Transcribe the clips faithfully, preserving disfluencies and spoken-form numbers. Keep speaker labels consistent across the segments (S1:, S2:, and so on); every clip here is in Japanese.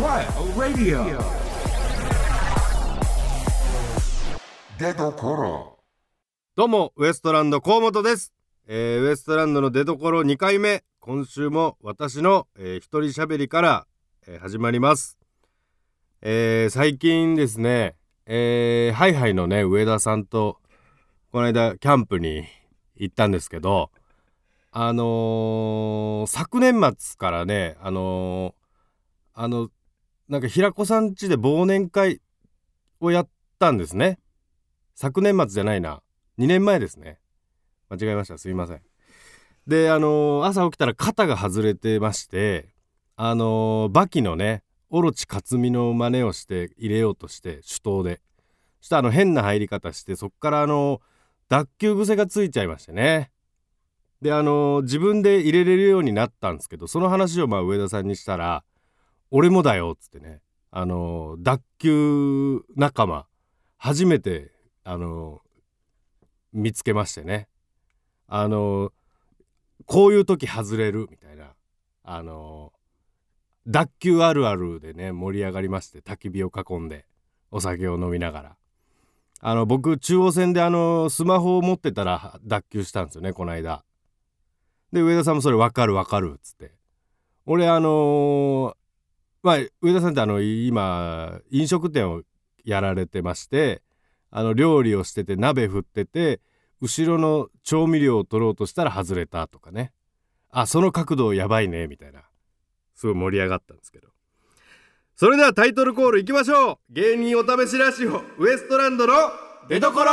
S1: Trial Radio 出所。
S2: どうもウエストランド河本です、えー、ウエストランドの出所にかいめ、今週も私の、えー、一人喋りから、えー、始まります、えー、最近ですね、えー、ハイハイのね上田さんとこの間キャンプに行ったんですけど、あのー、昨年末からねあのー、あのなんか平子さん家で忘年会をやったんですね。昨年末じゃないな、にねんまえですね。間違えました、すいません。であのー、朝起きたら肩が外れてまして、あのー、バキのねオロチ克実の真似をして入れようとして手刀でそしたらあの変な入り方して、そっからあのー、脱臼癖がついちゃいましてね。であのー、自分で入れれるようになったんですけど、その話をまあ上田さんにしたら、俺もだよっつってね、あのー、脱臼仲間初めてあのー、見つけましてね、あのー、こういう時外れるみたいな、あのー、脱臼あるあるでね盛り上がりまして、焚き火を囲んでお酒を飲みながら、あの僕中央線であのスマホを持ってたら脱臼したんですよね、この間。で上田さんもそれ分かる分かるっつって、俺あのー、まあ上田さんってあの今飲食店をやられてまして、あの料理をしてて鍋振ってて後ろの調味料を取ろうとしたら外れたとかね、あその角度やばいねみたいな、すごい盛り上がったんですけど、それではタイトルコールいきましょう。芸人お試しラジオウエストランドの出所。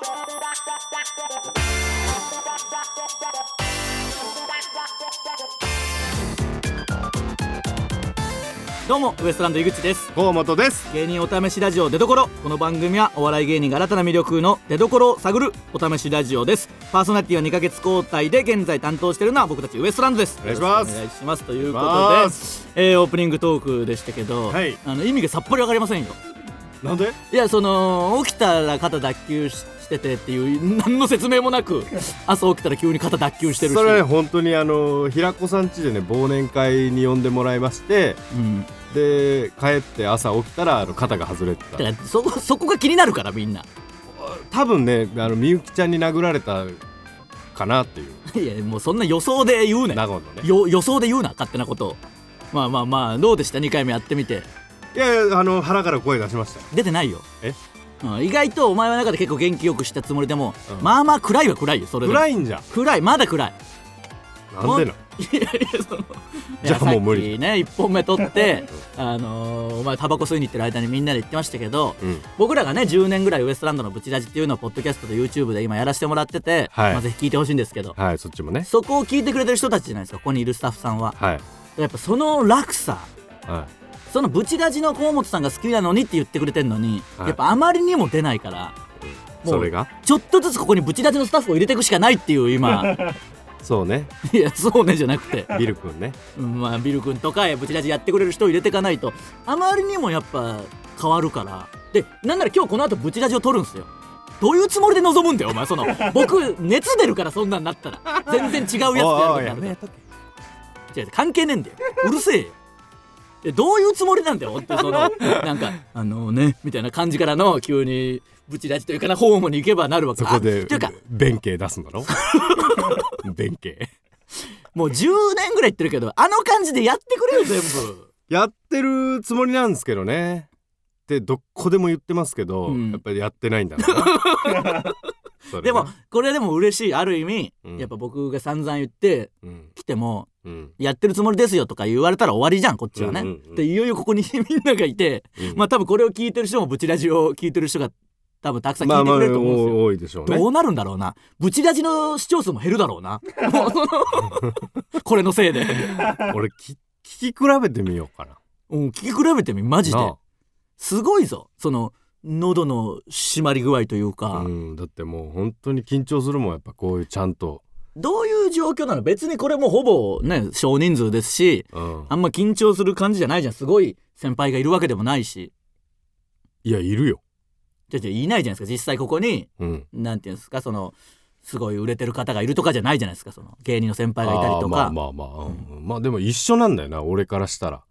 S3: どうもウエストランド井口です。
S2: 河本です。
S3: 芸人お試しラジオ出所。この番組はお笑い芸人が新たな魅力の出所を探るお試しラジオです。パーソナリティはにかげつ交代で現在担当しているのは僕たちウエストランドです。
S2: お願いします。
S3: お願いしますということで、えー、オープニングトークでしたけど、はい、あの意味がさっぱりわかりませんよ。
S2: なんで？
S3: いやその起きたら肩脱臼しててっていう何の説明もなく朝起きたら急に肩脱臼してるし、
S2: それはね本当にあの平子さん家でね忘年会に呼んでもらいまして、うん、で帰って朝起きたらあの肩が外れてた。
S3: だからそこ、そこが気になるからみんな
S2: 多分ねあのみゆきちゃんに殴られたかなっていう。
S3: いやもうそんな予想で言うね。
S2: なるほどね。
S3: よ予想で言うな勝手なことを。まあまあまあどうでしたにかいめやってみて。
S2: いやいやあの腹から声出しましたよ。
S3: 出てないよ。
S2: え、
S3: うん、意外とお前の中で結構元気よくしたつもりでも、うん、まあまあ暗いは暗いよ。それで
S2: 暗いんじゃん。
S3: 暗い、まだ暗い。
S2: なんでな。
S3: いやいやその
S2: じゃあもう無理。
S3: さっきねいっぽんめ取ってあのー、お前タバコ吸いに行ってる間にみんなで言ってましたけど、うん、僕らがねじゅうねんぐらいウエストランドのブチラジっていうのをポッドキャストと YouTube で今やらせてもらってて、はい、まあ、ぜひ聞いてほしいんですけど、
S2: はい、そっちもね。
S3: そこを聞いてくれてる人たちじゃないですか、ここにいるスタッフさんは、はい、やっぱその落差、はい、そのブチラジの河本さんが好きなのにって言ってくれてるのに、はい、やっぱあまりにも出ないから、
S2: うん、それが
S3: ちょっとずつここにブチラジのスタッフを入れていくしかないっていう今
S2: そうね。
S3: いやそうねじゃなくて
S2: ビル君ね、
S3: うん、まあビル君とかブチラジやってくれる人を入れていかないとあまりにもやっぱ変わるから。でなんなら今日この後ブチラジを撮るんすよ。どういうつもりで臨むんだよお前。その僕熱出るからそんなんなったら全然違うやつやるからやめとけ。違う関係ねえんだよ、うるせえよ。でどういうつもりなんだよ本当そのなんかあのねみたいな感じからの急にブチラジというかなホームに行けばなるわけ。
S2: そこで弁慶出すんだろ弁慶
S3: もうじゅうねんぐらい言ってるけどあの感じでやってくれよ全部。
S2: やってるつもりなんですけどねってどこでも言ってますけど、うん、やっぱりやってないんだな
S3: でもこれでも嬉しい。ある意味、うん、やっぱ僕が散々言って、うん、来ても、うん、やってるつもりですよとか言われたら終わりじゃんこっちはね、うんうんうん、でいよいよここにみんながいて、うん、まあ多分これを聞いてる人もブチラジを聞いてる人が多分たくさん聞いてくれると思うんですよ、まあまあ多いでしょうね。どうなるんだろうな。ブチラジの視聴数も減るだろうなこれのせいで
S2: 俺聞き比べてみようかな。
S3: うん、聞き比べてみマジですごいぞその喉の締まり具合というか、
S2: うん、だってもう本当に緊張するもんやっぱこういうちゃんと。
S3: どういう状況なの？別にこれもほぼね少人数ですし、うん、あんま緊張する感じじゃないじゃん。すごい先輩がいるわけでもないし。
S2: いやいるよ。
S3: じゃじゃいないじゃないですか実際ここに、うん、なんていうんですかそのすごい売れてる方がいるとかじゃないじゃないですか。その芸人の先輩がいたりとか。
S2: まあまあまあ、うん、まあでも一緒なんだよな俺からしたら。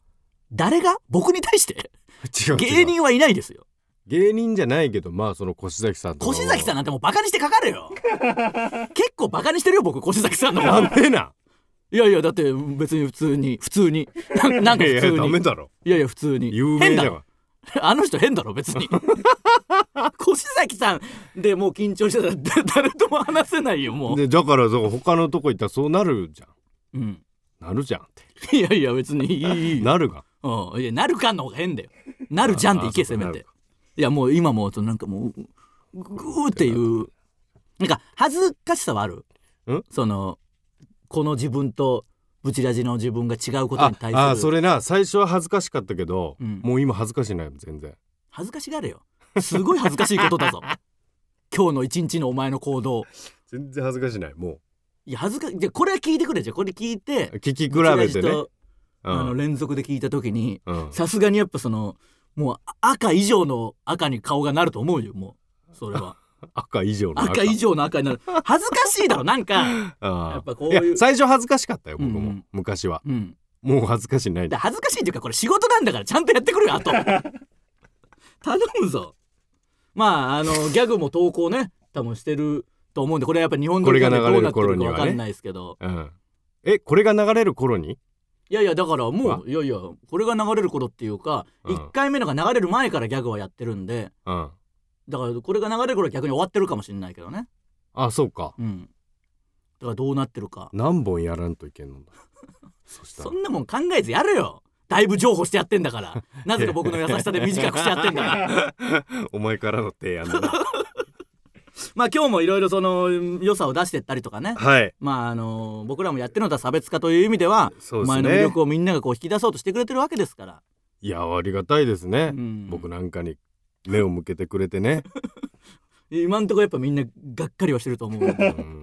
S3: 誰が僕に対して
S2: 違う違う
S3: 芸人はいないですよ。
S2: 芸人じゃないけど、まあその越崎さんとか
S3: 越崎さんなんてもうバカにしてかかるよ結構バカにしてるよ僕、越崎さんの
S2: なんでない
S3: やいや、だって別に普通に普通にななんか普通に
S2: いやいやダメだろ、
S3: いやいや普通に
S2: 有名
S3: 変だろ
S2: だわ
S3: あの人変だろ別に越崎さんでもう緊張してたら誰とも話せないよもう。
S2: でだからそう他のとこ行ったらそうなるじゃん、
S3: うん、
S2: なるじゃんって
S3: いやいや別にいいいい
S2: なるが
S3: うん、いやなるかんの方が変だよ。なるじゃんっていけせめて。いやもう今もうなんかもうグーっていうなんか恥ずかしさはある
S2: ん
S3: そのこの自分とブチラジの自分が違うことに対する。
S2: ああそれな、最初は恥ずかしかったけど、
S3: うん
S2: もう今恥ずかしないもん全然。
S3: 恥ずかしがれよ。すごい恥ずかしいことだぞ今日の一日のお前の行動
S2: 全然恥ずかしないもう。
S3: いや恥ずかじゃこれ聞いてくれじゃこれ聞いて
S2: 聞き比べてね、
S3: ブチラジと
S2: うん
S3: あの連続で聞いた時に
S2: うん、
S3: さすがにやっぱそのもう赤以上の赤に顔がなると思うよ。もうそれは
S2: 赤以上の赤
S3: 赤以上の赤になる。恥ずかしいだろなんか
S2: あ
S3: やっぱこういう
S2: いや最初恥ずかしかったよ僕も、
S3: うんうん
S2: 昔は。
S3: うん
S2: もう恥ずかしない
S3: で恥ずかしいっていうかこれ仕事なんだからちゃんとやってくるよあと頼むぞ。まああのギャグも投稿ね多分してると思うんで、これはやっぱ日本語でどうなってるか分かんないですけど、
S2: うん、えこれが流れる頃に
S3: いやいやだからもういやいやこれが流れる頃っていうか、うん、いっかいめのが流れる前からギャグはやってるんで、うん、だからこれが流れる頃は逆に終わってるかもしれないけどね。
S2: あそうか、
S3: うん、だからどうなってるか
S2: 何本やらんといけんのだそしたら
S3: そんなもん考えずやれよ。だいぶ譲歩してやってんだからなぜか僕の優しさで短くしてやってんだから
S2: お前からの提案だな
S3: まあ今日もいろいろその良さを出してったりとかね、
S2: はい、
S3: まああの僕らもやってるのとは差別化という意味では
S2: そうですね、
S3: お前の魅力をみんながこう引き出そうとしてくれてるわけですから。
S2: いやありがたいですね、
S3: うん、
S2: 僕なんかに目を向けてくれてね
S3: 今んとこやっぱみんながっかりはしてると思う、うん、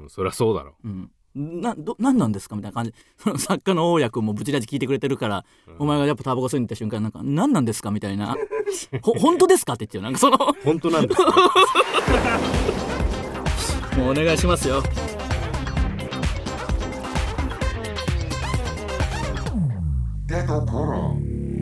S2: そりゃそうだろう、うん
S3: など何なんですかみたいな感じ作家の大家君もブチラジ聞いてくれてるから、うん、お前がやっぱタバコ吸いに行った瞬間なんか何なんですかみたいなほ本当ですかって言ってよなんかその
S2: 本当なんですか
S3: もうお願いしますよ。
S1: 出どころ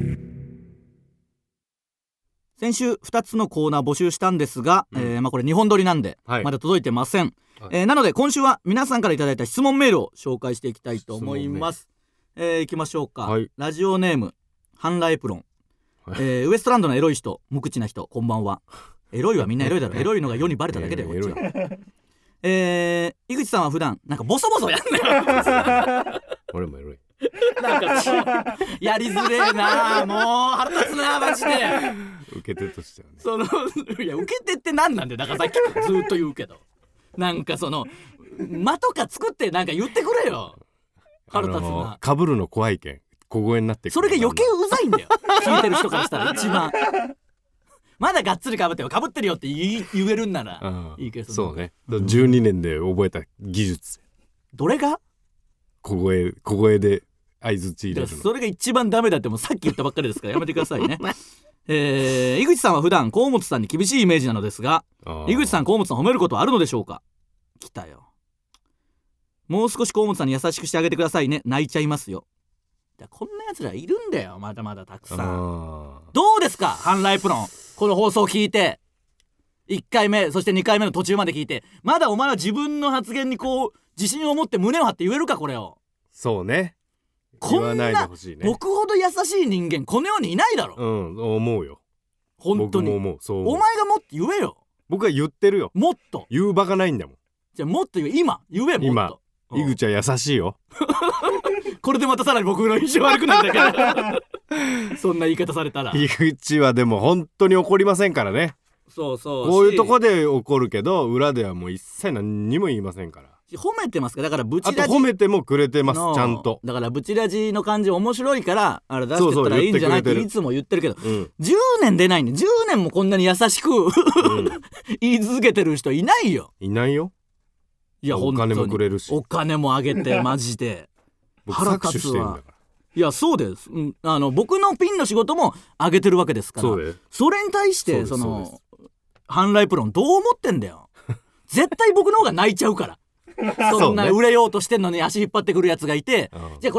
S3: 先週ふたつのコーナー募集したんですが、うんえーまあ、これにほん撮りなんで、はい、まだ届いてません、はいえー、なので今週は皆さんからいただいた質問メールを紹介していきたいと思います。えー、いきましょうか、はい、ラジオネームハンラエプロン、はいえー、ウエストランドのエロい人無口な人こんばんは。エロいはみんなエロいだろエロいのが世にバレただけだよこっちは。えー、井口さんは普段なんかボソボソやんなよ
S2: 俺もエロい
S3: なんかやりづれえなもう腹立つなマジで
S2: 受け手としてはね
S3: そのいや受け手って何なんだよだからさっきからずっと言うけどなんかその間とか作ってなんか言ってくれよ腹立つな。
S2: かぶるの怖いけん小声になってくる。
S3: それが余計うざいんだよ聞いてる人からしたら一番まだがっつりかぶってよかぶってるよって言言えるんならいいけど
S2: そうね、うん、じゅうにねんで覚えた技術。
S3: どれが
S2: 小声小声で相づち入れるの。
S3: それが一番ダメだってもうさっき言ったばっかりですからやめてくださいねえー、井口さんは普段河本さんに厳しいイメージなのですが井口さん河本さん褒めることはあるのでしょうか。来たよ。もう少し河本さんに優しくしてあげてくださいね泣いちゃいますよ。こんなやつらいるんだよまだまだたくさん。どうですかハンライプロンこの放送を聞いていっかいめそしてにかいめの途中まで聞いてまだお前は自分の発言にこう自信を持って胸を張って言えるかこれを。
S2: そうね
S3: こん な,
S2: 言わないでほしい、ね、
S3: 僕ほど優しい人間この世にいないだろ。
S2: うん思うよ
S3: 本当に。
S2: 僕も思うそう思う。
S3: お前がもっと言えよ。
S2: 僕は言ってるよ。
S3: もっと
S2: 言う場がないんだもん。
S3: じゃあもっと言え今言えもっと
S2: 今井口は優しいよ
S3: これでまたさらに僕の印象悪くなるんだけどそんな言い方されたら。
S2: 井口はでも本当に怒りませんからね。
S3: そうそう
S2: こういうとこで怒るけど裏ではもう一切何にも言いませんから。
S3: 褒めてますかだからブチラジ
S2: あと褒めてもくれてますちゃんと。
S3: だからブチラジの感じ面白いからあれ出してったらいいんじゃないっていつも言ってるけど、うん、じゅうねん出ないんでじゅうねんもこんなに優しく、うん、言い続けてる人いないよ。
S2: いないよ。
S3: いや
S2: お金もくれるし
S3: お金もあげてマジで
S2: 腹立つわ。
S3: いやそうです、うん、あの僕のピンの仕事もあげてるわけですから。 そ, それに対してそのハンライプロンどう思ってんだよ絶対僕の方が泣いちゃうからそんな売れようとしてんのに足引っ張ってくるやつがいて、じゃあこれ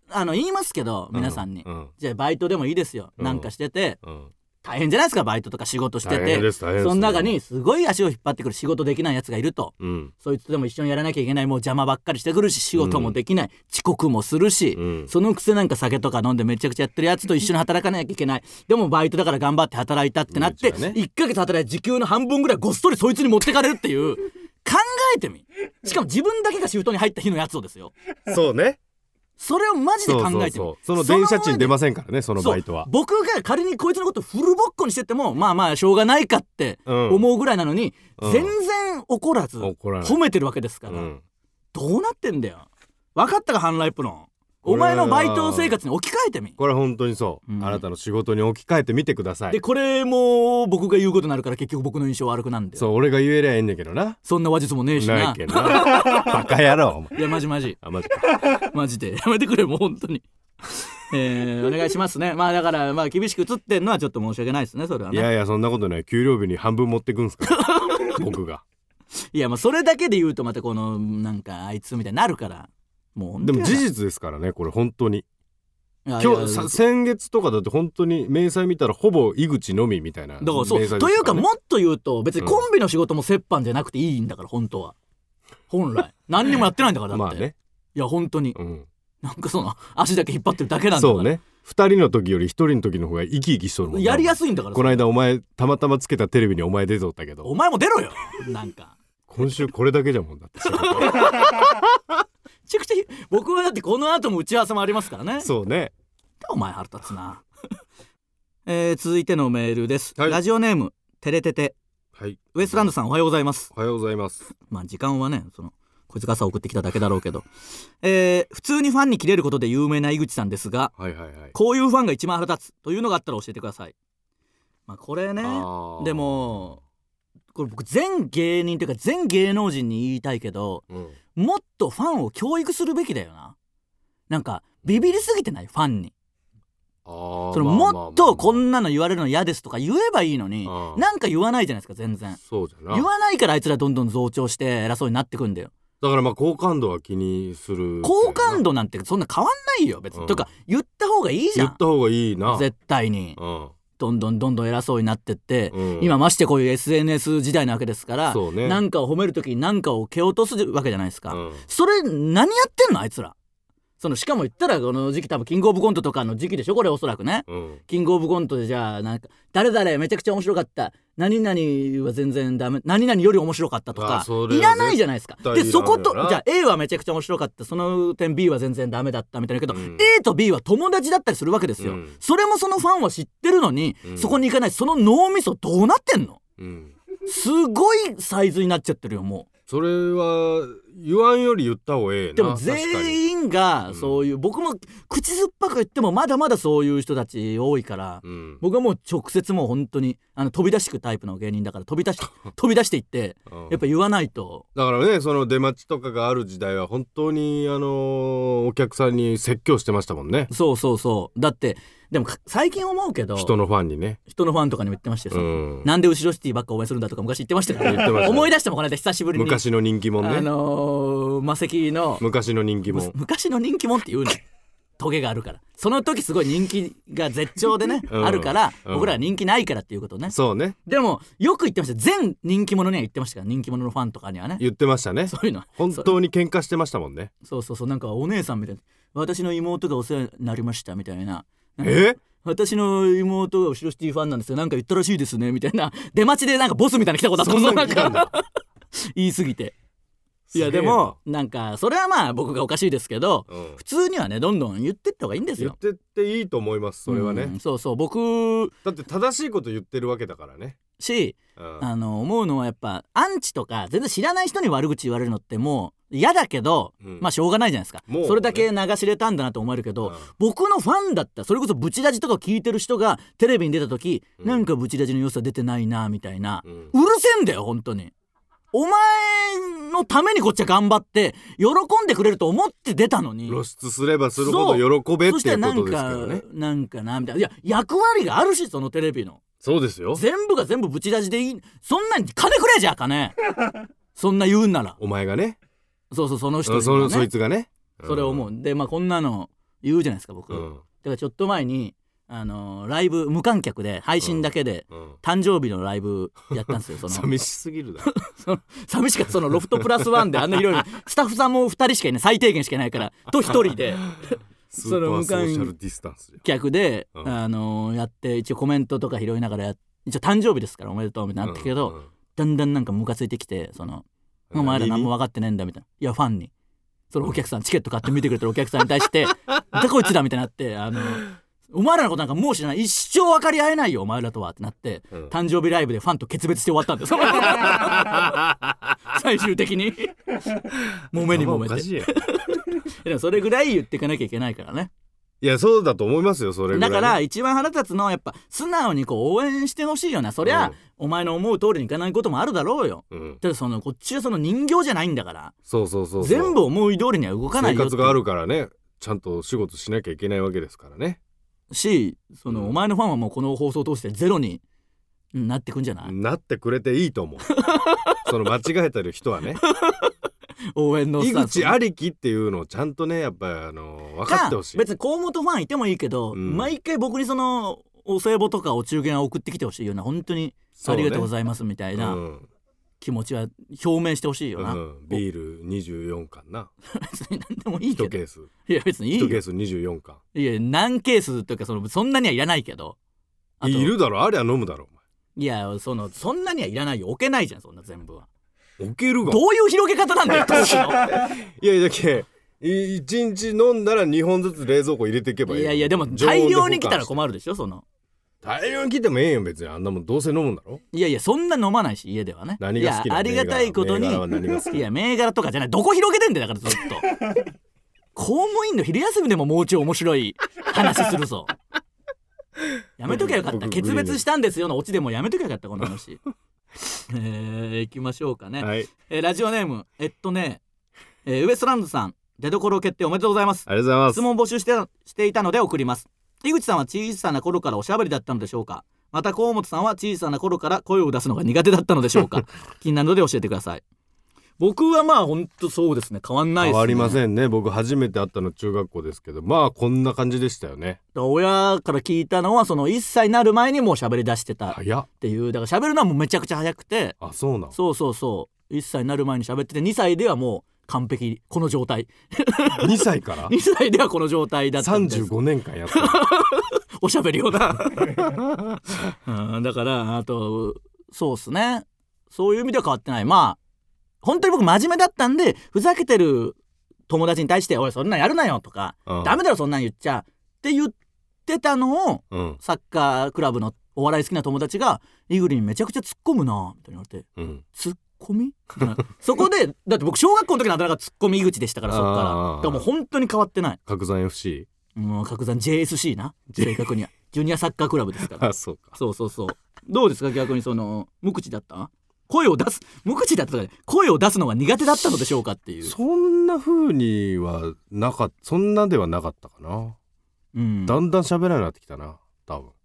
S3: あの言いますけど皆さんに、
S2: うんうん、
S3: じゃあバイトでもいいですよ、うん、なんかしてて、うん、大変じゃないですかバイトとか仕事してて、その中にすごい足を引っ張ってくる仕事できないやつがいると、うん、そいつとでも一緒にやらなきゃいけない、もう邪魔ばっかりしてくるし仕事もできない、うん、遅刻もするし、うん、そのくせなんか酒とか飲んでめちゃくちゃやってるやつと一緒に働かなきゃいけない、でもバイトだから頑張って働いたってなって、ね、いっかげつ働いて時給の半分ぐらいごっそりそいつに持ってかれるっていう考えてみ、しかも自分だけがシフトに入った日のやつをですよ。
S2: そうね、
S3: それをマジで考えてみ、
S2: そうそうそう、その電車賃出ませんからね、そのバイトは。
S3: 僕が仮にこいつのことフルボッコにしててもまあまあしょうがないかって思うぐらいなのに、うん、全然怒らず褒めてるわけですから、うん、どうなってんだよ。分かったかハンライプロン、お前のバイト生活に置き換えてみ。
S2: これは本当にそう、うん、あなたの仕事に置き換えてみてください。
S3: でこれも僕が言うことになるから結局僕の印象悪くなんで。
S2: そう、俺が言えりゃいいんだけどな。
S3: そんな話術もねえしな。
S2: ないけどなバカ野郎。
S3: いやマジマジ
S2: あマジ
S3: マジでやめてくれもう本当にえー、お願いしますね。まあだからまあ厳しく映ってんのはちょっと申し訳ないですね、それはね。
S2: いやいやそんなことない。給料日に半分持ってくんすか僕が。
S3: いやまあそれだけで言うとまたこのなんかあいつみたいになるから、もう
S2: でも事実ですからねこれ本当に。今日さ先月とかだって本当に明細見たらほぼ井口のみみたいな。
S3: だからそう、ね、というかもっと言うと別にコンビの仕事も折半じゃなくていいんだから本当は。本来何にもやってないんだからだって。まあね、いや本当に、うん、なんかその足だけ引っ張ってるだけなんだから。
S2: そうね、ふたりの時よりひとりの時の方が生き生きしとるもん。
S3: やりやすいんだから。
S2: この間お前たまたまつけたテレビにお前出とったけど。
S3: お前も出ろよなんか
S2: 今週これだけじゃもんだって
S3: めちゃくちゃ僕はだってこの後も打ち合わせもありますからね。
S2: そうね、
S3: お前腹立つな、えー、続いてのメールです、はい、ラジオネームテレテテ、はい、ウエストランドさんおはようございます。
S2: おはようございます。
S3: まあ時間はねそのこいつが朝送ってきただけだろうけど、えー、普通にファンに切れることで有名な井口さんですが、はいはいはい、こういうファンが一番腹立つというのがあったら教えてください。まあこれね、でもこれ僕全芸人というか全芸能人に言いたいけど、うん、もっとファンを教育するべきだよな。なんかビビりすぎてないファンに。あそのもっとこんなの言われるの嫌ですとか言えばいいのに、なんか言わないじゃないですか全然。そうじゃな、言わないからあいつらどんどん増長して偉そうになってくんだよ。だ
S2: からまあ好感度は気にする。
S3: 好感度なんてそんな変わんないよ別に、うん、とか言った方がいいじゃん。
S2: 言った方がいいな
S3: 絶対に、うん、どんどんどんどん偉そうになってって、うん、今ましてこういう エスエヌエス 時代なわけですから、ね、なんかを褒めるときになんかを蹴落とすわけじゃないですか、うん、それ何やってんのあいつら。そのしかも言ったらこの時期多分キングオブコントとかの時期でしょこれおそらくね、うん、キングオブコントでじゃあなんか誰々めちゃくちゃ面白かった何々は全然ダメ何々より面白かったとかいらないじゃないですか。でそことじゃあ A はめちゃくちゃ面白かったその点 B は全然ダメだったみたいなけど、うん、A と B は友達だったりするわけですよ、うん、それもそのファンは知ってるのに、うん、そこに行かないその脳みそどうなってんの、うん、すごいサイズになっちゃってるよもう。
S2: それは言わんより言った方がええな。
S3: でも全員がそういう、うん、僕も口酸っぱく言ってもまだまだそういう人たち多いから、うん、僕はもう直接もう本当にあの飛び出してくタイプの芸人だから飛び出し飛び出していって、うん、やっぱ言わないと。
S2: だからねその出待ちとかがある時代は本当にあのー、お客さんに説教してましたもんね。
S3: そうそうそうだってでも最近思うけど
S2: 人のファンにね
S3: 人のファンとかにも言ってましたよ、うん、なんで後ろシティばっか応援するんだとか昔言ってましたから、ね、思い出してもこの間久しぶりに
S2: 昔の人気者ね、
S3: あのー、魔石の
S2: 昔の人気者
S3: 昔の人気者って言うのトゲがあるからその時すごい人気が絶頂でね、うん、あるから、うん、僕らは人気ないからっていうことね。
S2: そうね。
S3: でもよく言ってました全人気者には言ってましたから人気者のファンとかにはね
S2: 言ってましたね。
S3: そういうの
S2: 本当に喧嘩してましたもんね。
S3: そうそうそうなんかお姉さんみたいな私の妹がお世話になりましたみたいな
S2: え
S3: 私の妹が後ろシティファンなんですよなんか言ったらしいですねみたいな出待ちでなんかボスみたいな来たことあったもんなんか言い過ぎていやでもなんかそれはまあ僕がおかしいですけど、うん、普通にはねどんどん言ってった方がいいんですよ。
S2: 言ってっていいと思いますそれはね、うん、
S3: そうそう僕
S2: だって正しいこと言ってるわけだからね
S3: し、うん、あの思うのはやっぱアンチとか全然知らない人に悪口言われるのってもう嫌だけど、うん、まあしょうがないじゃないですか、ね、それだけ流し入れたんだなと思えるけど、うん、僕のファンだったそれこそブチラジとか聞いてる人がテレビに出た時、うん、なんかブチラジの良さ出てないなみたいな、うん、うるせえんだよ本当に。お前のためにこっちは頑張って喜んでくれると思って出たのに
S2: 露出すればするほど喜べっていうことですからね。
S3: なんかなみたいないや役割があるしそのテレビの
S2: そうですよ
S3: 全部が全部ブチラジでいいそんなに金くれじゃあ金そんな言うんなら
S2: お前がね
S3: そうそうその人、
S2: ね、そ, そいつがね、
S3: うん、それ思うでまあこんなの言うじゃないですか僕、
S2: うん、
S3: だからちょっと前にあのー、ライブ無観客で配信だけで、
S2: うんうん、
S3: 誕生日のライブやったんですよその
S2: 寂しすぎるだ
S3: その寂しかったそのロフトプラスワンであんな広いスタッフさんもふたりしかいない最低限しかいないからとひとりで
S2: スーパーソーシャルディスタンス
S3: 客で、
S2: うん、
S3: あのー、やって一応コメントとか拾いながらや一応誕生日ですからおめでとうみたいになったけど、うんうん、だんだんなんかムカついてきてそのお前ら何も分かってねえんだみたいないやファンにそのお客さんチケット買って見てくれてるお客さんに対してでこいつだみたいになってあのお前らのことなんかもう知らない一生分かり合えないよお前らとはってなって、うん、誕生日ライブでファンと決別して終わったんです最終的に揉めに揉めてでもそれぐらい言っていかなきゃいけないからね。
S2: いやそうだと思いますよそれぐらい、ね、
S3: だから一番腹立つのはやっぱ素直にこう応援してほしいよなそりゃ、うん、お前の思う通りにいかないこともあるだろうよ、うん、ただそのこっちはその人形じゃないんだから
S2: そうそうそうそう
S3: 全部思い通りには動かないよ
S2: 生活があるからねちゃんと仕事しなきゃいけないわけですからね
S3: しその、うん、お前のファンはもうこの放送を通してゼロになってくんじゃない
S2: なってくれていいと思うその間違えてる人はね
S3: 応援のスタンス
S2: 井口ありきっていうのをちゃんとねやっぱりあの分かってほしい。
S3: 別に河本ファンいてもいいけど、うん、毎回僕にそのお歳暮とかお中元を送ってきてほしいような本当にありがとうございますみたいな気持ちは表明してほしいよな、うん、
S2: ビールにじゅうよんかんな
S3: 別に何でもいいけどいち
S2: ケース
S3: いや別にいいよいち
S2: ケースにじゅうよんかん
S3: いや何ケースというかそのそんなにはいらないけど
S2: いるだろありゃ飲むだろお
S3: 前いやそのそんなにはいらないよ置けないじゃんそんな全部は
S2: 置けるが
S3: どういう広げ方なんだよ当時の
S2: いやいやだけいちにち飲んだらにほんずつ冷蔵庫入れていけばいい。
S3: いやいやでも大量に来たら困るでしょその
S2: 大量に来てもええよ別にあんなもんどうせ飲むんだろ。
S3: いやいやそんな飲まないし家ではね
S2: 何が好きなの。
S3: ありがたいことにいや銘柄とかじゃないどこ広げてんだよだからずっと公務員の昼休みでももうちょい面白い話するぞやめときゃよかった決別したんですよのオチでもやめときゃよかったこの話えー、行きましょうかね、はいえー、ラジオネームえっとね、えー、ウエストランドさん出所決定おめでとうございます。
S2: ありがとうございます。
S3: 質問募集してしていたので送ります。井口さんは小さな頃からおしゃべりだったのでしょうか。また河本さんは小さな頃から声を出すのが苦手だったのでしょうか気になるので教えてください。僕はまあほんとそうですね変わんないですね。
S2: 変わりませんね。僕初めて会ったの中学校ですけどまあこんな感じでしたよね。
S3: 親から聞いたのはそのいっさいになる前にもう喋り出してたっていうだから喋るのはもうめちゃくちゃ早くて
S2: あそうなん
S3: そうそうそういっさいになる前に喋っててにさいではもう完璧この状態
S2: にさいから
S3: にさいではこの状態だったんです。
S2: さんじゅうごねんかんやった
S3: おしゃべりをな、うん、だからあとそうっすねそういう意味では変わってない。まあ本当に僕真面目だったんでふざけてる友達に対しておいそんなんやるなよとか、うん、ダメだろそんなん言っちゃって言ってたのを、うん、サッカークラブのお笑い好きな友達がイグリにめちゃくちゃ突っ込むなみたいに言われて、うん、突っ込みそこでだって僕小学校の時のあだ名が突っ込み井口でしたからそっからだからもう本当に変わってない。
S2: 角山 エフシー
S3: もう角山 ジェイエスシー な正確にはジュニアサッカークラブですから
S2: あそうか
S3: そうそうそうどうですか逆にその無口だった声を出す無口だったとか声を出すのが苦手だったのでしょうかっていう。
S2: そんな風にはなかったそんなではなかったかな、うん、だんだん喋らなくなってきたな多分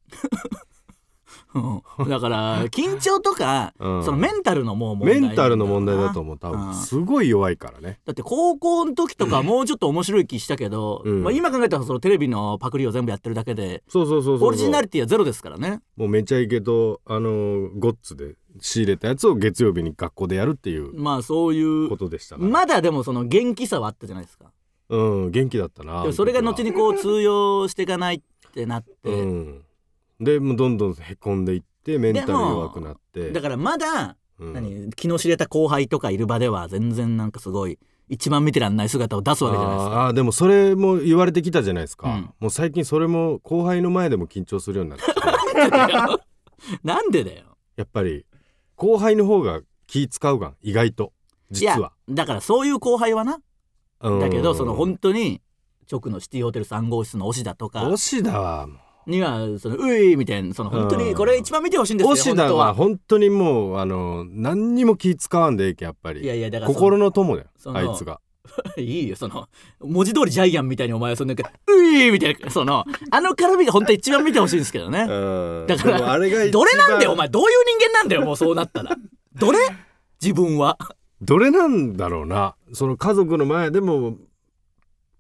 S3: うん、だから緊張とか、うん、そのメンタルのもう問題
S2: メンタルの問題だと思う多分、うん、すごい弱いからね。
S3: だって高校の時とかもうちょっと面白い気したけど、うんまあ、今考えたらそのテレビのパクリを全部やってるだけで
S2: そうそうそうそう
S3: オリジナリティはゼロですからね。
S2: もうめちゃイケとあのー、ゴッツで仕入れたやつを月曜日に学校でやるっていう
S3: まあそういう
S2: ことでしたから
S3: まだでもその元気さはあったじゃないですか。
S2: うん元気だったな。
S3: でもそれが後にこう通用していかないってなって、うん、
S2: でもうどんどんへこんでいってメンタル弱くなって
S3: だからまだ、うん、何気の知れた後輩とかいる場では全然なんかすごい一番見てらんない姿を出すわけじゃないですか。
S2: ああでもそれも言われてきたじゃないですか、うん、もう最近それも後輩の前でも緊張するようになってきて
S3: なんでだよ。
S2: やっぱり後輩の方が気使うがん意外と実は。いや
S3: だからそういう後輩はなだけどその本当に直のシティホテルさん号室の押田とか
S2: 押田はもう
S3: にはそのういみたいなその本当にこれ一番見てほしいんですよ。
S2: 押田は本当にもうあの何にも気使わんでええけやっぱり。いやいやだから心の友だよあいつが。
S3: いいよその文字通りジャイアンみたいにお前はそのなんかういみたいなそのあの絡みが本当に一番見てほしいんですけどね。だからあれがどれなんだよお前どういう人間なんだよもうそうなったらどれ自分は
S2: どれなんだろうな。その家族の前でも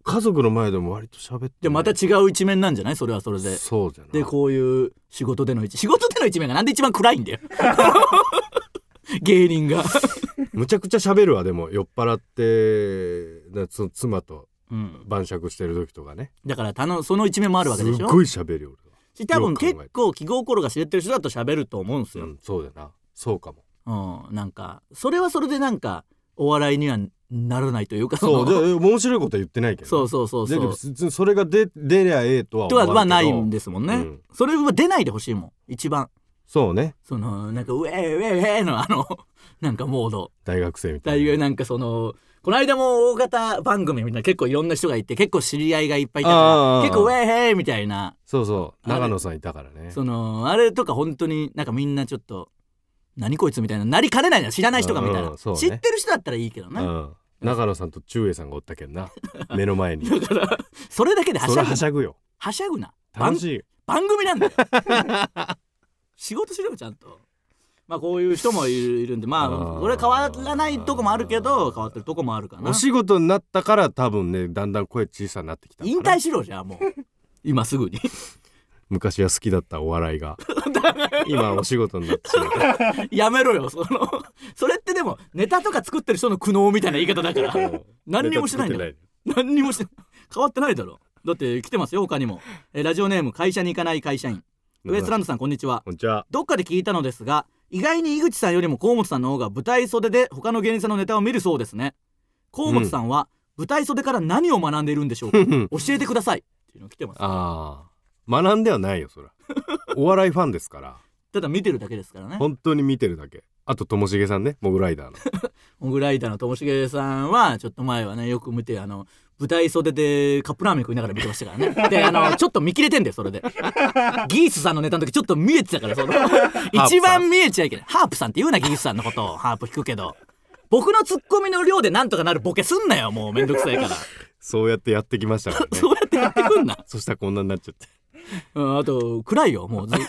S2: 家族の前でも割と喋って、ね、
S3: でまた違う一面なんじゃないそれはそれで。
S2: そうじゃない。
S3: でこういう仕事での一仕事での一面がなんで一番暗いんだよ芸人が
S2: むちゃくちゃ喋るわ。でも酔っ払ってその妻と晩酌してる時とかね、
S3: うん、だからたのその一面もあるわけでしょ。
S2: すっごい喋るよ俺は。
S3: 多分結構気心が知れてる人だと喋ると思うんですよ、うん、
S2: そうだな。そうか
S3: も、うん、なんかそれはそれでなんかお笑いにはならないというか、
S2: そうで面白いことは言ってないけど、
S3: そうそうそうそう、
S2: でそれが出出りゃええとは思わんけど
S3: とはないんですもんね、うん、それは出ないでほしいもん一番。
S2: そうね。
S3: そのなんかウェーウェーウェーのあのなんかモード、
S2: 大学生みたいな。
S3: 大学なんかそのこの間も大型番組みたいな結構いろんな人がいて結構知り合いがいっぱいいたから結構ウェーヘーみたいな。
S2: そうそう長野さんいたからね。
S3: そのあれとか本当になんかみんなちょっと何こいつみたいななりかねないな、知らない人がみたいな、うんうんね、知ってる人だったらいいけどね、うん、
S2: 長野さんと中英さんがおったけんな目の前に。
S3: だからそれだけではしゃぐ。それ
S2: はしゃぐよ。
S3: はしゃぐな。
S2: 楽しい
S3: 番組なんだよ仕事しろよちゃんと。まあこういう人もいるんで、まあ俺変わらないとこもあるけど変わってるとこもあるかな。
S2: お仕事になったから多分ねだんだん声小さになってきた。
S3: 引退しろじゃあもう今すぐに
S2: 昔は好きだったお笑いが今お仕事になってしまう
S3: やめろよそのそれってでもネタとか作ってる人の苦悩みたいな言い方だから何にもしてないんだよ。何にもして変わってないだろ。だって来てますよ他にも。えラジオネーム会社に行かない会社員、ウエストランドさんこんにちは。
S2: こんにちは。
S3: どっかで聞いたのですが意外に井口さんよりも河本さんの方が舞台袖で他の芸人さんのネタを見るそうですね。河本さんは舞台袖から何を学んでいるんでしょうか教えてくださいっていうの来てます。
S2: ああ学んではないよそらお笑いファンですから
S3: ただ見てるだけですからね。
S2: 本当に見てるだけ。あとともしげさんね、モグライダーの
S3: モグライダーのともしげさんはちょっと前はねよく見てあの舞台袖でカップラーメン食いながら見てましたからねであのちょっと見切れてんだよそれでギースさんのネタの時ちょっと見えてたからその一番見えちゃいけない。ハープさんって言うなギースさんのことをハープ弾くけど僕のツッコミの量でなんとかなるボケすんなよもうめんどくさいから
S2: そうやってやってきましたからね
S3: そうやってやってくんな
S2: そしたらこんなになっちゃって、
S3: うん、あと暗いよもうず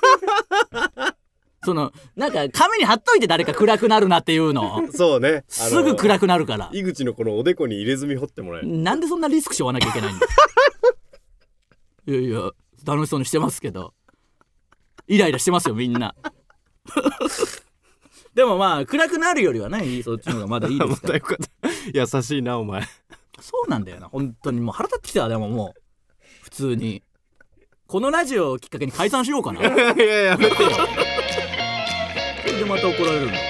S3: そのなんか紙に貼っといて誰か暗くなるなっていうの
S2: そうね
S3: すぐ暗くなるから。
S2: 井口のこのおでこに入れ墨掘ってもらえる。
S3: なんでそんなリスク背負わなきゃいけないんだいやいや楽しそうにしてますけどイライラしてますよみんなでもまあ暗くなるよりはねそっちの方がまだいいですから
S2: 優しいなお前。
S3: そうなんだよな本当にもう腹立ってきた。でももう普通にこのラジオをきっかけに解散しようかな。いや
S2: いややめてよ
S3: それでまた怒られるんだよな。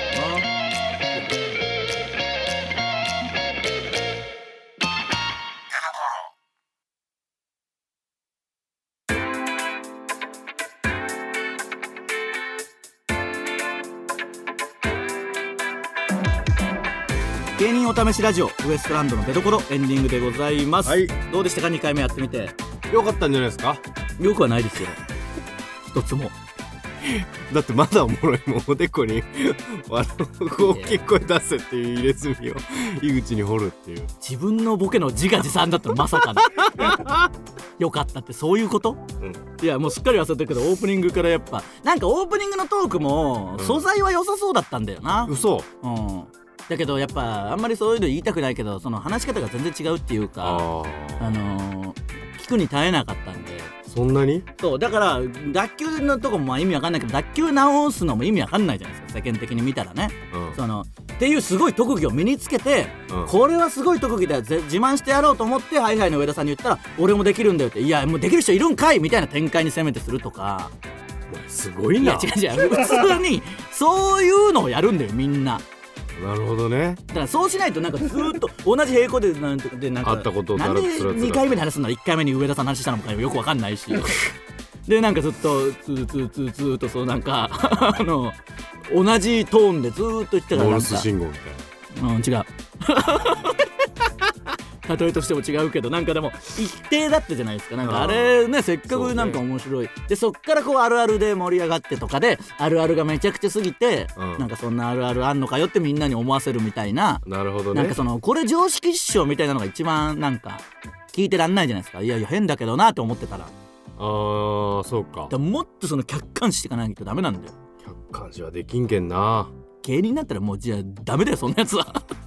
S3: 芸人お試しラジオウエストランドの出所エンディングでございます、はい、どうでしたかにかいめやってみて。
S2: よかったんじゃないですか。
S3: よくはないですよ一つも
S2: だってまだおもろいもんおでこにあの大きい声出せっていう入れ墨を井口に掘るっていう。
S3: 自分のボケの自画自賛だったらまさかのよかったってそういうこと、うん、いやもうすっかり忘れてるけどオープニングからやっぱなんかオープニングのトークも素材は良さそうだったんだよな、
S2: うん、嘘、
S3: うん、だけどやっぱあんまりそういうの言いたくないけどその話し方が全然違うっていうか あ, あのー、聞くに耐えなかったんで。
S2: そんなに
S3: そうだから脱臼のとこもまあ意味わかんないけど脱臼直すのも意味わかんないじゃないですか世間的に見たらね、うん、そのっていうすごい特技を身につけて、うん、これはすごい特技だよ自慢してやろうと思ってハイハイの上田さんに言ったら俺もできるんだよっていやもうできる人いるんかいみたいな展開にせめてするとか。
S2: すごいな。
S3: いや違う違う普通にそういうのをやるんだよみんな。
S2: なるほどね。
S3: だからそうしないとなんかずっと同じ平行でなんとでなんか
S2: あったことを
S3: なんでにかいめに話すのいっかいめに上田さんの話したのかよくわかんないしでなんかずっとツーツーツーツーとそうなんかあの同じトーンでずっと言ってたから
S2: モールス信号みたいな。
S3: うん違う例えとしても違うけどなんかでも一定だったじゃないですか。なんかあれねせっかくなんか面白い、ね、でそっからこうあるあるで盛り上がってとかであるあるがめちゃくちゃすぎて、うん、なんかそんなあるあるあんのかよってみんなに思わせるみたいな。
S2: なるほどね。
S3: なんかそのこれ常識っしょみたいなのが一番なんか聞いてらんないじゃないですか。いやいや変だけどなって思ってたら。
S2: あーそうか。
S3: だもっとその客観視していかないとダメなんだよ。
S2: 客観視はできんけんな。
S3: 芸人になったらもうじゃあダメだよそんなやつは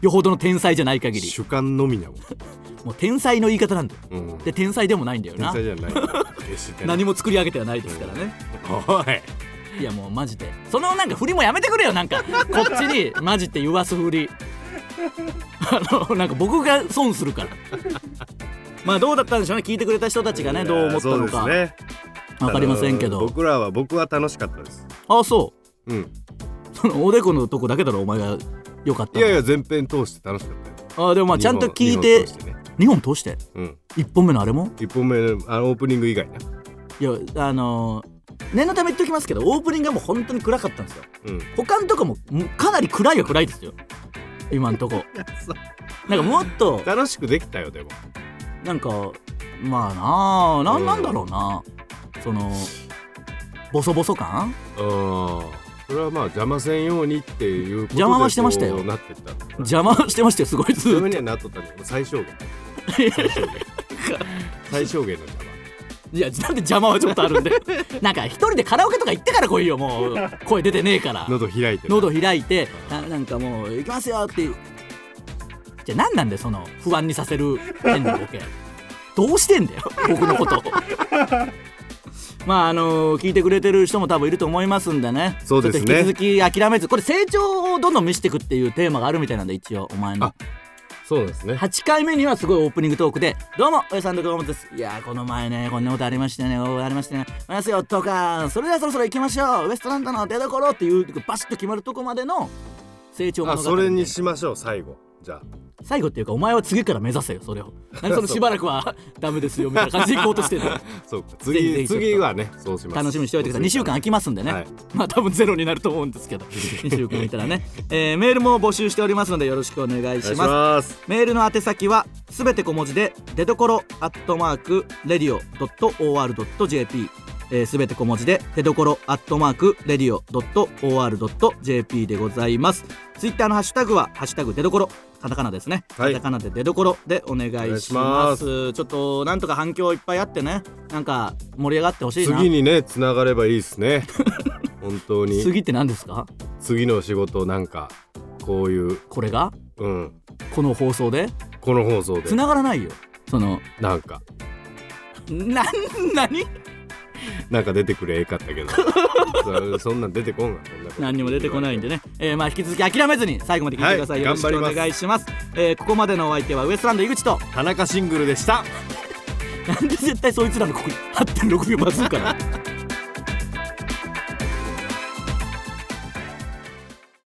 S3: よほどの天才じゃない限り
S2: 主観のみだもん
S3: もう天才の言い方なんだよ、
S2: うん、
S3: で天才でもないんだよな。
S2: 天才じゃない決して
S3: 何も作り上げてはないですからね、
S2: うん、おい
S3: いやもうマジでそのなんか振りもやめてくれよ。なんかこっちにマジって言わす振りあのなんか僕が損するからまあどうだったんでしょうね、聞いてくれた人たちがねどう思ったのか
S2: そうですね、
S3: 分かりませんけど、
S2: 僕らは僕は楽しかったです。
S3: ああそう、
S2: うん、
S3: そのおでこのとこだけだろお前が良かったの。
S2: いやいや全編通して楽しかったよ。
S3: ああでもまあちゃんと聞いてにほん通して、うん、いっぽんめのあれも
S2: いっぽんめのあのオープニング以外ね。
S3: いやあのー、念のため言っておきますけどオープニングはもう本当に暗かったんですよ、うん、他のとこもかなり暗いは暗いですよ今んとこなんかもっと
S2: 楽しくできたよ。でも
S3: なんかまあなあ な, なんだろうな、うん、そのボソボソ感、
S2: あそれはまあ邪魔せんようにっていうことで
S3: 邪魔はしてましたよ。
S2: なってた
S3: 邪魔はしてましたよすごいずっと。
S2: 邪魔にはなっとったんだけど最小限最小限最小限の邪魔。
S3: いやなんで邪魔はちょっとあるんでなんか一人でカラオケとか行ってから来いよ。もう声出てねえから
S2: 喉開いて
S3: 喉開いて な, なんかもう行きますよってじゃあ何なんでその不安にさせる変なボケどうしてんだよ僕のことまああのー、聞いてくれてる人も多分いると思いますんでね。
S2: そうですね、
S3: ちょっと引き続き諦めずこれ成長をどんどん見せていくっていうテーマがあるみたいなんで一応お前の
S2: あそうですね。
S3: はちかいめにはすごいオープニングトークでどうもおやさんとどうもです。いやこの前ねこんなことありましてねありましてねますよとかそれではそろそろ行きましょうウエストランドの出所っていうバシッと決まるとこまでの成長物語。
S2: あそれにしましょう最後。じゃあ
S3: 最後っていうかお前は次から目指せよそれを。何そのしばらくはダメですよみたいな感じで行こうとしてる
S2: そうか次次はねそうします。
S3: 楽しみにしておいてください。にしゅうかん空きますんでね、はい、まあ多分ゼロになると思うんですけどにしゅうかんいたらね、えー、メールも募集しておりますのでよろしくお願いします。メールの宛先はすべて小文字で出どころアットマークレディオドット オーアールドットジェーピーすべ、えー、て小文字で出どころアットマークレディオドット オーアールドットジェーピー でございます。ツイッターのハッシュタグはハッシュタグ出どころカタカナですね、はい、カタカナで出どころでお願いします。ちょっとなんとか反響いっぱいあってねなんか盛り上がってほしいな。
S2: 次にねつながればいいですね本当に。
S3: 次って何ですか？
S2: 次の仕事なんかこういう
S3: これが
S2: うん
S3: この放送で
S2: この放送で
S3: つながらないよその
S2: なんか
S3: な何
S2: なんか出てくれええかったけどそ, そんなん出てこんが
S3: 何にも出てこないんでね、えー、まあ引き続き諦めずに最後まで聞いてください、はい、よろしくお願いします。えー、ここまでのお相手はウエストランド井口と
S2: 田中シングルでした。
S3: なんで絶対そいつらのここに はってんろくびょうバズるから